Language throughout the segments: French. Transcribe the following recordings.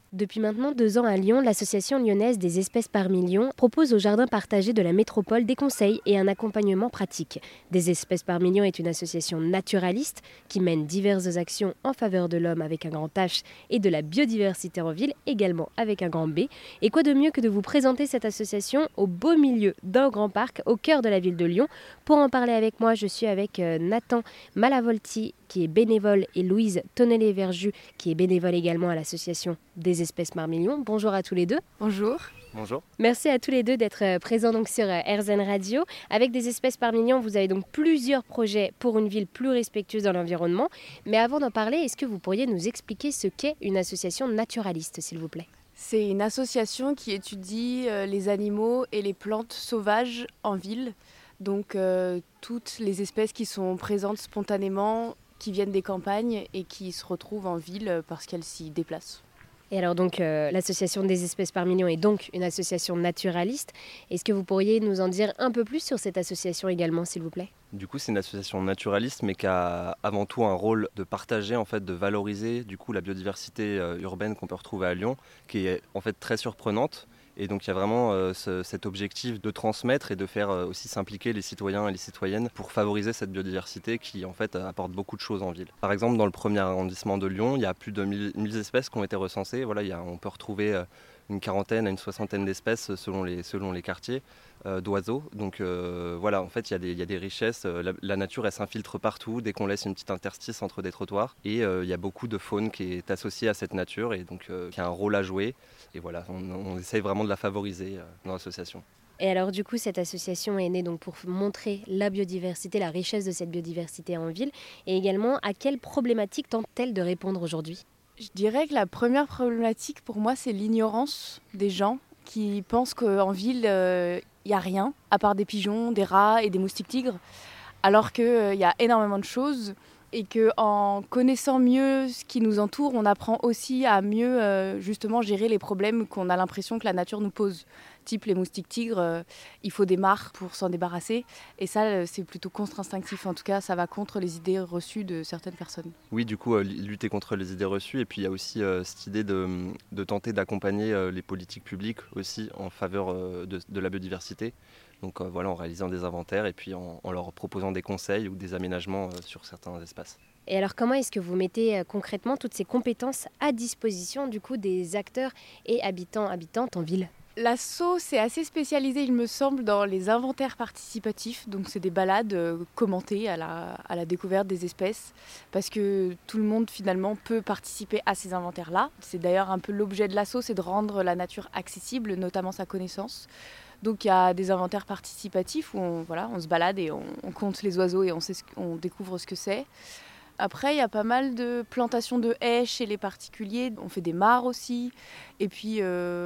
Depuis maintenant 2 ans à Lyon, l'association lyonnaise des espèces par million propose aux jardins partagés de la métropole des conseils et un accompagnement pratique. Des espèces par million est une association naturaliste qui mène diverses actions en faveur de l'homme avec un grand H et de la biodiversité en ville également avec un grand B. Et quoi de mieux que de vous présenter cette association au beau milieu d'un grand parc au cœur de la ville de Lyon. Pour en parler avec moi, je suis avec Nathan Malavolti qui est bénévole et Louise Tonnellet-Verjus qui est bénévole également à l'association des espèces par million. Bonjour à tous les deux. Bonjour. Bonjour. Merci à tous les deux d'être présents donc sur RZN Radio. Avec des espèces par million, vous avez donc plusieurs projets pour une ville plus respectueuse dans l'environnement. Mais avant d'en parler, est-ce que vous pourriez nous expliquer ce qu'est une association naturaliste, s'il vous plaît ? C'est une association qui étudie les animaux et les plantes sauvages en ville. Donc toutes les espèces qui sont présentes spontanément, qui viennent des campagnes et qui se retrouvent en ville parce qu'elles s'y déplacent. Et alors donc l'association des espèces par million est donc une association naturaliste. Est-ce que vous pourriez nous en dire un peu plus sur cette association également, s'il vous plaît ? Du coup, c'est une association naturaliste, mais qui a avant tout un rôle de partager, en fait, de valoriser du coup la biodiversité urbaine qu'on peut retrouver à Lyon, qui est en fait très surprenante. Et donc il y a vraiment cet objectif de transmettre et de faire aussi s'impliquer les citoyens et les citoyennes pour favoriser cette biodiversité qui en fait apporte beaucoup de choses en ville. Par exemple, dans le premier arrondissement de Lyon, il y a plus de 1000 espèces qui ont été recensées. Voilà, on peut retrouver une quarantaine à une soixantaine d'espèces selon les quartiers d'oiseaux. Donc voilà, en fait, il y a des richesses. La nature, elle s'infiltre partout dès qu'on laisse une petite interstice entre des trottoirs. Et il y a beaucoup de faune qui est associée à cette nature et donc qui a un rôle à jouer. Et voilà, on essaye vraiment de la favoriser dans l'association. Et alors du coup, cette association est née donc pour montrer la biodiversité, la richesse de cette biodiversité en ville. Et également, à quelles problématiques tente-t-elle de répondre aujourd'hui ? Je dirais que la première problématique pour moi, c'est l'ignorance des gens qui pensent qu'en ville, il n'y a rien, à part des pigeons, des rats et des moustiques-tigres, alors qu'il y a énormément de choses. Et qu'en connaissant mieux ce qui nous entoure, on apprend aussi à mieux justement gérer les problèmes qu'on a l'impression que la nature nous pose. Type les moustiques-tigres, il faut des mares pour s'en débarrasser. Et ça, c'est plutôt contre-instinctif. En tout cas, ça va contre les idées reçues de certaines personnes. Oui, du coup, lutter contre les idées reçues. Et puis, il y a aussi cette idée de tenter d'accompagner les politiques publiques aussi en faveur de la biodiversité. Donc voilà, en réalisant des inventaires et puis en leur proposant des conseils ou des aménagements sur certains espaces. Et alors comment est-ce que vous mettez concrètement toutes ces compétences à disposition du coup des acteurs et habitantes en ville ? L'asso, c'est assez spécialisé, il me semble, dans les inventaires participatifs. Donc c'est des balades commentées à la découverte des espèces. Parce que tout le monde finalement peut participer à ces inventaires-là. C'est d'ailleurs un peu l'objet de l'asso, c'est de rendre la nature accessible, notamment sa connaissance. Donc il y a des inventaires participatifs où on se balade et on compte les oiseaux et on découvre ce que c'est. Après, il y a pas mal de plantations de haies chez les particuliers. On fait des mares aussi. Et puis,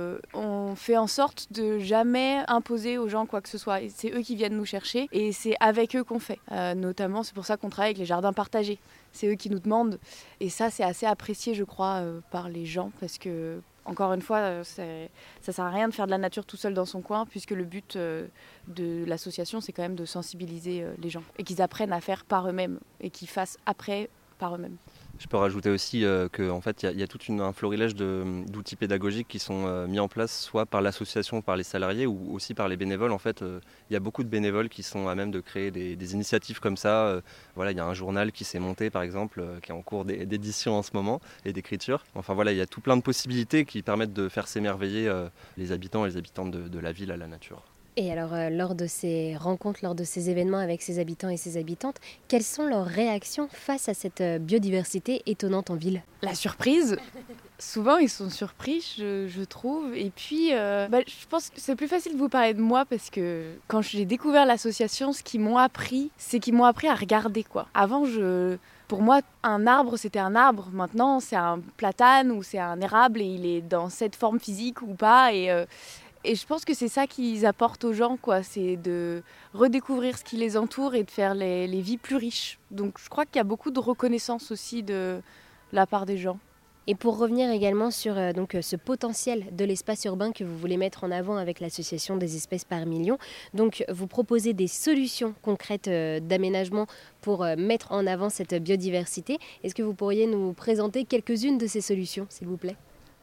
on fait en sorte de jamais imposer aux gens quoi que ce soit. Et c'est eux qui viennent nous chercher et c'est avec eux qu'on fait. Notamment, c'est pour ça qu'on travaille avec les jardins partagés. C'est eux qui nous demandent. Et ça, c'est assez apprécié, je crois, par les gens parce que... Encore une fois, ça ne sert à rien de faire de la nature tout seul dans son coin, puisque le but de l'association, c'est quand même de sensibiliser les gens et qu'ils apprennent à faire par eux-mêmes et qu'ils fassent après par eux-mêmes. Je peux rajouter aussi qu'en fait, il y a tout un florilège d'outils pédagogiques qui sont mis en place soit par l'association, par les salariés ou aussi par les bénévoles. En fait, il y a beaucoup de bénévoles qui sont à même de créer des initiatives comme ça. Voilà, il y a un journal qui s'est monté, par exemple, qui est en cours d'édition en ce moment et d'écriture. Enfin voilà, il y a tout plein de possibilités qui permettent de faire s'émerveiller les habitants et les habitantes de la ville à la nature. Et alors, lors de ces rencontres, lors de ces événements avec ces habitants et ces habitantes, quelles sont leurs réactions face à cette biodiversité étonnante en ville ? La surprise. Souvent, ils sont surpris, je trouve. Et puis, je pense que c'est plus facile de vous parler de moi parce que quand j'ai découvert l'association, ce qu'ils m'ont appris, c'est qu'ils m'ont appris à regarder, quoi. Avant, pour moi, un arbre, c'était un arbre. Maintenant, c'est un platane ou c'est un érable et il est dans cette forme physique ou pas. Et je pense que c'est ça qu'ils apportent aux gens, quoi. C'est de redécouvrir ce qui les entoure et de faire les vies plus riches. Donc je crois qu'il y a beaucoup de reconnaissance aussi de la part des gens. Et pour revenir également sur ce potentiel de l'espace urbain que vous voulez mettre en avant avec l'association des espèces par million, donc vous proposez des solutions concrètes d'aménagement pour mettre en avant cette biodiversité. Est-ce que vous pourriez nous présenter quelques-unes de ces solutions, s'il vous plaît ?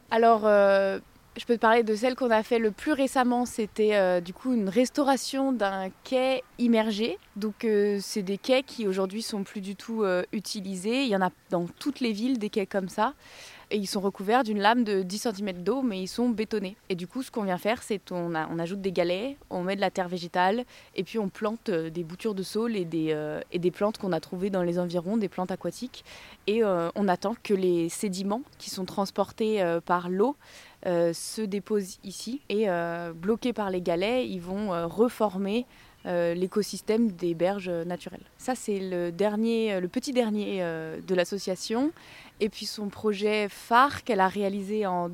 Alors, je peux te parler de celle qu'on a fait le plus récemment. C'était du coup une restauration d'un quai immergé. Donc, c'est des quais qui aujourd'hui sont plus du tout utilisés. Il y en a dans toutes les villes des quais comme ça. Et ils sont recouverts d'une lame de 10 cm d'eau, mais ils sont bétonnés. Et du coup, ce qu'on vient faire, c'est qu'on ajoute des galets, on met de la terre végétale, et puis on plante des boutures de saule et des plantes qu'on a trouvées dans les environs, des plantes aquatiques. Et on attend que les sédiments qui sont transportés par l'eau se déposent ici. Et bloqués par les galets, ils vont reformer l'écosystème des berges naturelles. Ça, c'est le petit dernier de l'association. Et puis son projet phare qu'elle a réalisé en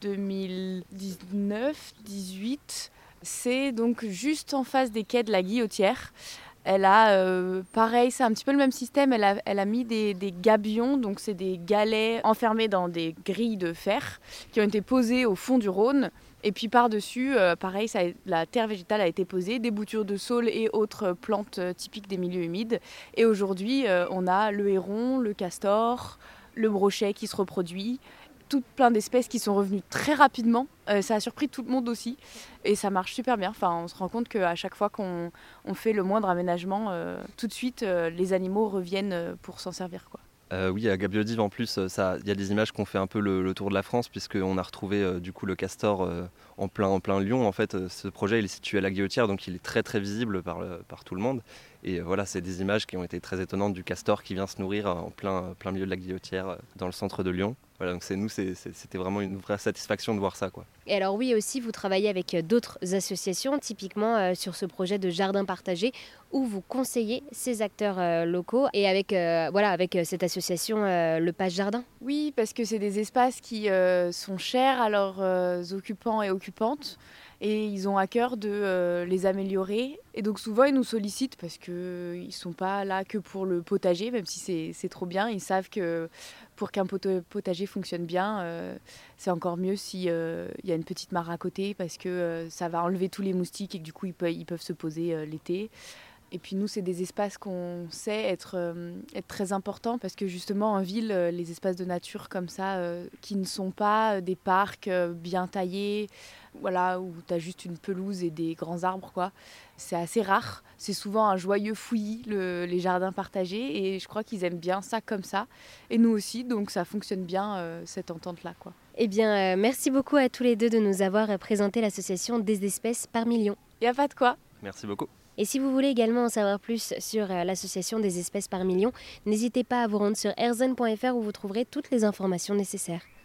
2019-18, c'est donc juste en face des quais de la Guillotière. Elle a, pareil, c'est un petit peu le même système, elle a mis des gabions, donc c'est des galets enfermés dans des grilles de fer qui ont été posés au fond du Rhône. Et puis par-dessus, pareil, la terre végétale a été posée, des boutures de saule et autres plantes typiques des milieux humides. Et aujourd'hui, on a le héron, le castor, le brochet qui se reproduit, tout plein d'espèces qui sont revenues très rapidement. Ça a surpris tout le monde aussi et ça marche super bien. Enfin, on se rend compte qu'à chaque fois qu'on fait le moindre aménagement, tout de suite, les animaux reviennent pour s'en servir, quoi. Oui, à Gabiodive en plus, il y a des images qui ont fait un peu le tour de la France, puisqu'on a retrouvé du coup le castor en plein Lyon. En fait, ce projet il est situé à la Guillotière, donc il est très très visible par tout le monde. Et voilà, c'est des images qui ont été très étonnantes du castor qui vient se nourrir en plein milieu de la Guillotière, dans le centre de Lyon. Voilà, donc c'était vraiment une vraie satisfaction de voir ça, quoi. Et alors oui aussi, vous travaillez avec d'autres associations, typiquement sur ce projet de jardin partagé, où vous conseillez ces acteurs locaux et avec cette association Le Passe Jardin. Oui, parce que c'est des espaces qui sont chers à leurs occupants et occupantes. Et ils ont à cœur de les améliorer. Et donc souvent, ils nous sollicitent parce qu'ils ne sont pas là que pour le potager, même si c'est trop bien. Ils savent que pour qu'un potager fonctionne bien, c'est encore mieux s'il y a une petite mare à côté parce que ça va enlever tous les moustiques et que du coup, ils peuvent se poser l'été. Et puis nous, c'est des espaces qu'on sait être très importants parce que justement en ville, les espaces de nature comme ça, qui ne sont pas des parcs bien taillés, voilà, où tu as juste une pelouse et des grands arbres, quoi. C'est assez rare. C'est souvent un joyeux fouillis, les jardins partagés. Et je crois qu'ils aiment bien ça comme ça. Et nous aussi, donc ça fonctionne bien, cette entente-là, quoi. Eh bien, merci beaucoup à tous les deux de nous avoir présenté l'association des espèces par million. Il n'y a pas de quoi. Merci beaucoup. Et si vous voulez également en savoir plus sur l'association des espèces par million, n'hésitez pas à vous rendre sur erzen.fr où vous trouverez toutes les informations nécessaires.